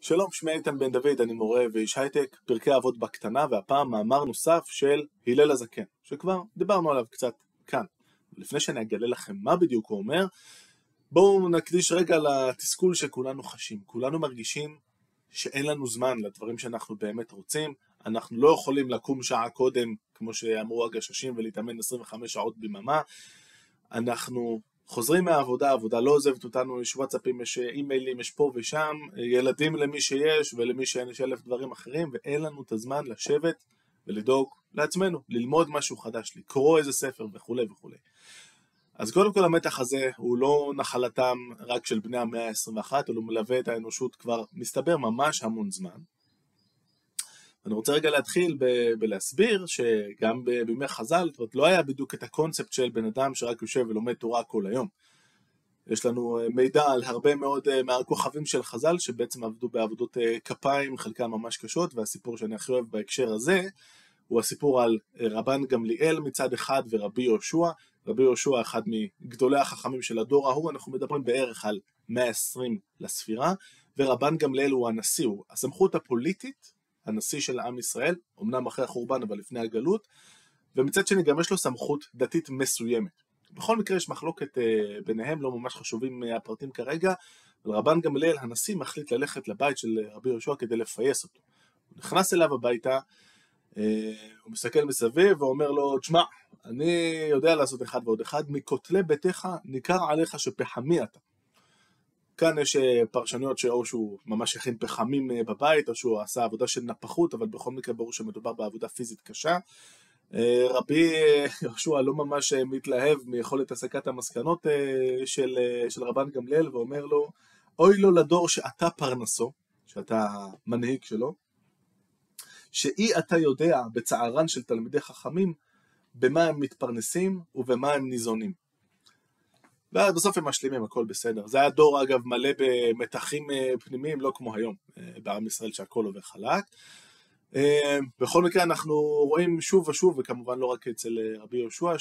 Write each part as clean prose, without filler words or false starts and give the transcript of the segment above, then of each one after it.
שלום, שמי איתן בן דוד, אני מורה ואיש הייטק, פרקי אבות בקטנה, והפעם מאמר נוסף של הלל הזקן, שכבר דיברנו עליו קצת כאן. לפני שאני אגלה לכם מה בדיוק הוא אומר, בואו נקדיש רגע לתסכול שכולנו חשים. כולנו מרגישים שאין לנו זמן לדברים שאנחנו באמת רוצים, אנחנו לא יכולים לקום שעה קודם, כמו שאמרו הגששים, ולהתאמן 25 שעות ביממה, אנחנו חוזרים מהעבודה, העבודה לא עוזבת אותנו, יש וואטסאפים, יש אימיילים, יש פה ושם, ילדים למי שיש ולמי שאין, יש אלף דברים אחרים, ואין לנו את הזמן לשבת ולדאוג לעצמנו, ללמוד משהו חדש, לקרוא איזה ספר וכו' וכו'. אז קודם כל המתח הזה הוא לא נחלתם רק של בני המאה ה-21, אלא הוא מלווה את האנושות כבר מסתבר ממש המון זמן. אני רוצה רגע להתחיל בלהסביר שגם בימי חז"ל לא היה בדיוק את הקונספט של בן אדם שרק יושב ולומד תורה כל היום. יש לנו מידע על הרבה מאוד מהכוכבים של חז"ל שבעצם עבדו בעבודות כפיים, חלקם ממש קשות, והסיפור שאני הכי אוהב בהקשר הזה הוא הסיפור על רבן גמליאל מצד אחד ורבי יהושע. רבי יהושע אחד מגדולי החכמים של הדור ההוא, אנחנו מדברים בערך על 120 לספירה, ורבן גמליאל הוא הנשיא, הוא הסמכות הפוליטית, הנשיא של עם ישראל, אמנם אחרי החורבן אבל לפני הגלות, ומצד שני גם יש לו סמכות דתית מסוימת. בכל מקרה יש מחלוקת ביניהם, לא ממש חשובים הפרטים כרגע, אבל רבן גמליאל הנשיא מחליט ללכת לבית של רבי יהושע כדי לפייס אותו. הוא נכנס אליו הביתה, הוא מסתכל מסביב ואומר לו, תשמע, אני יודע לעשות אחד ועוד אחד, מכותלי ביתך ניכר עליך שפחמי אתה. כאן יש פרשנויות שאו שהוא ממש הכין פחמים בבית, או שהוא עשה עבודה של נפחות, אבל בכל מקרה ברור שמדובר בעבודה פיזית קשה. רבי יהושע לא ממש מתלהב מיכולת הסקת המסקנות של רבן גמליאל, ואומר לו, אוי לו לדור שאתה פרנסו, שאתה מנהיג שלו, שאי אתה יודע בצערן של תלמידי חכמים, במה הם מתפרנסים ובמה הם ניזונים. ובסוף הם משלימים, הכל בסדר. זה היה דור אגב מלא במתחים פנימיים, לא כמו היום, בעם ישראל שהכל עובר חלק. בכל מקרה אנחנו רואים שוב ושוב, וכמובן לא רק אצל רבי יהושע,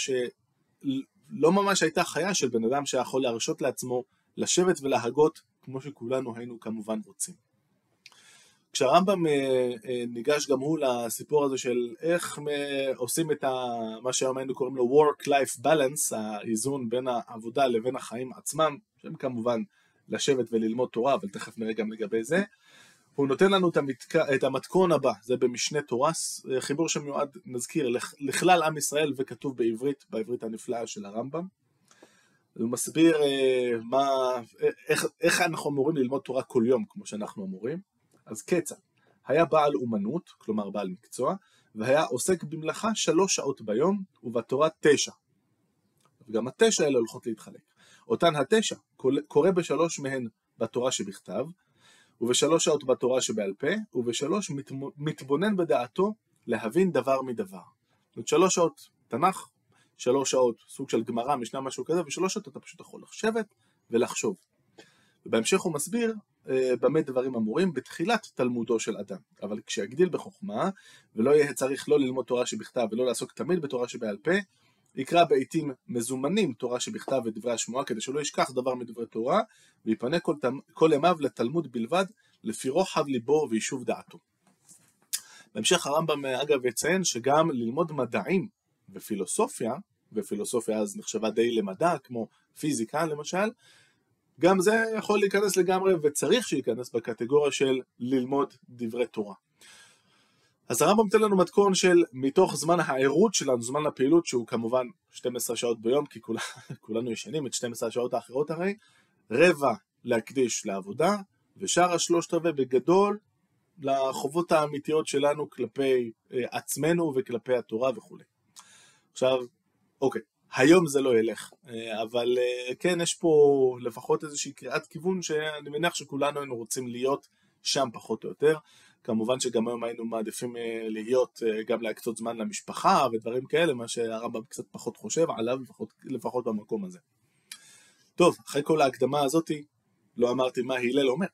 שלא ממש הייתה חיה של בן אדם שיכול להרשות לעצמו לשבת ולהגות, כמו שכולנו היינו כמובן רוצים. כשהרמב"ם ניגש גם הוא לסיפור הזה של איך עושים את מה שהיום היינו קוראים לו work-life balance, האיזון בין העבודה לבין החיים עצמם, שהם כמובן לשבת וללמוד תורה, אבל תכף נראה גם לגבי זה, הוא נותן לנו את המתכון הבא, זה במשנה תורה, חיבור שמיועד, נזכיר, לכלל עם ישראל וכתוב בעברית הנפלאה של הרמב"ם. הוא מסביר איך אנחנו אמורים ללמוד תורה כל יום, כמו שאנחנו אמורים. אז קצה, היה בעל אומנות, כלומר בעל מקצוע, והיה עוסק במלאכה 3 שעות ביום, ובתורה 9. וגם 9 האלה הולכות להתחלק. אותן 9 קורא ב3 מהן בתורה שבכתב, וב3 שעות בתורה שבעל פה, וב3 מתבונן בדעתו להבין דבר מדבר. זאת 3 שעות תנ"ך, 3 שעות סוג של גמרא, משנה משהו כזה, ו3 שעות אתה פשוט יכול לשבת ולחשוב. ובהמשך הוא מסביר במה דברים אמורים בתחילת תלמודו של אדם. אבל כשיגדיל בחוכמה, ולא יהיה צריך לא ללמוד תורה שבכתב ולא לעסוק תמיד בתורה שבעל פה, יקרא בעיתים מזומנים תורה שבכתב ודברי השמועה, כדי שלא ישכח דבר מדברי תורה, ויפנה כל ימיו לתלמוד בלבד, לפי רוחב ליבו ויישוב דעתו. בהמשך הרמב"ם אגב יציין שגם ללמוד מדעים ופילוסופיה, ופילוסופיה אז נחשבה די למדע, כמו פיזיקה למשל, גם זה יכול להיכנס לגמרי וצריך שייכנס בקטגוריה של ללמוד דברי תורה. אז הרמב"ם נותן לנו מתכון של מתוך זמן העירות שלנו, זמן הפעילות שהוא כמובן 12 שעות ביום, כי כולנו ישנים את 12 השעות האחרות הרי, רבע להקדיש לעבודה, ושאר 3/4 בגדול לחובות האמיתיות שלנו כלפי עצמנו וכלפי התורה וכו'. עכשיו, אוקיי. היום זה לא ילך, אבל כן יש פה לפחות איזושהי קריאת כיוון שאני מניח שכולנו היינו רוצים להיות שם פחות או יותר. כמובן שגם היום היינו מעדיפים להיות גם להקצות זמן למשפחה ודברים כאלה, מה שהרמב"ם קצת פחות חושב עליו, לפחות במקום הזה. טוב, אחרי כל ההקדמה הזאת לא אמרתי מה הלל אומר.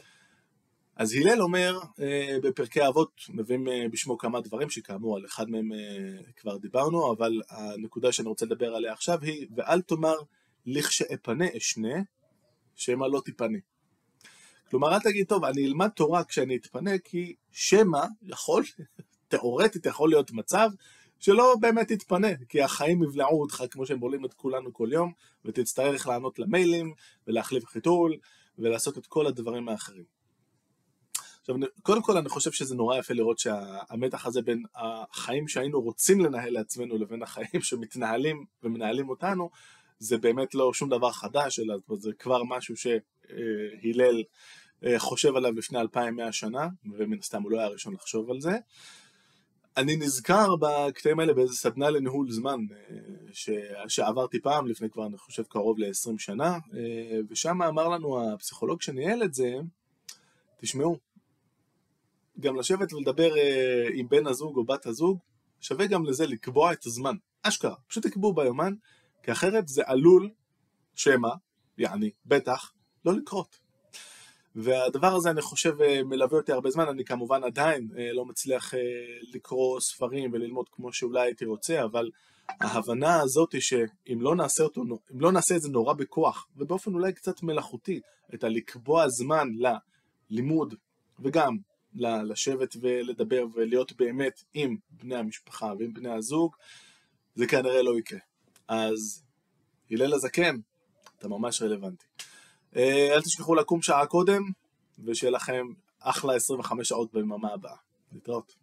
אז הלל אומר בפרקי אבות, מביאים בשמו כמה דברים שכאמור על אחד מהם כבר דיברנו, אבל הנקודה שאני רוצה לדבר עליה עכשיו היא, ואל תאמר לכשאפנה אשנה, שמה לא תיפנה. כלומר, אל תגיד, טוב, אני אלמד תורה כשאני אתפנה, כי שמא יכול, תיאורטית יכול להיות מצב, שלא באמת תתפנה, כי החיים יבלעו אותך כמו שהם בולים את כולנו כל יום, ותצטרך לענות למיילים, ולהחליף חיתול, ולעשות את כל הדברים האחרים. עכשיו, קודם כל אני חושב שזה נורא יפה לראות שהמתח הזה בין החיים שהיינו רוצים לנהל לעצמנו, לבין החיים שמתנהלים ומנהלים אותנו, זה באמת לא שום דבר חדש, אלא זה כבר משהו שהילל חושב עליו לפני 2100 שנה, ומן הסתם הוא לא היה הראשון לחשוב על זה. אני נזכר בקטעים האלה באיזה סדנה לניהול זמן שעברתי פעם, לפני כבר אני חושב קרוב ל-20 שנה, ושם אמר לנו הפסיכולוג שניהל את זה, תשמעו, גם לשבת ולדבר עם בן הזוג או בת הזוג, שווה גם לזה לקבוע את הזמן, אשכרה, פשוט תקבעו ביומן, כי אחרת זה עלול, שמה, יעני, בטח, לא לקרות. והדבר הזה אני חושב מלווה אותי הרבה זמן, אני כמובן עדיין לא מצליח לקרוא ספרים וללמוד כמו שאולי הייתי רוצה, אבל ההבנה הזאת שאם לא נעשה אותו, אם לא נעשה את זה נורא בכוח, ובאופן אולי קצת מלאכותי, את לקבוע זמן ללימוד, וגם לשבת ולדבר ולהיות באמת עם בני המשפחה ועם בני הזוג, זה כנראה לא יקרה. אז הלל הזקן, אתה ממש רלוונטי. אל תשכחו לקום שעה קודם, ושיהיה לכם אחלה 25 שעות ביממה הבאה. להתראות.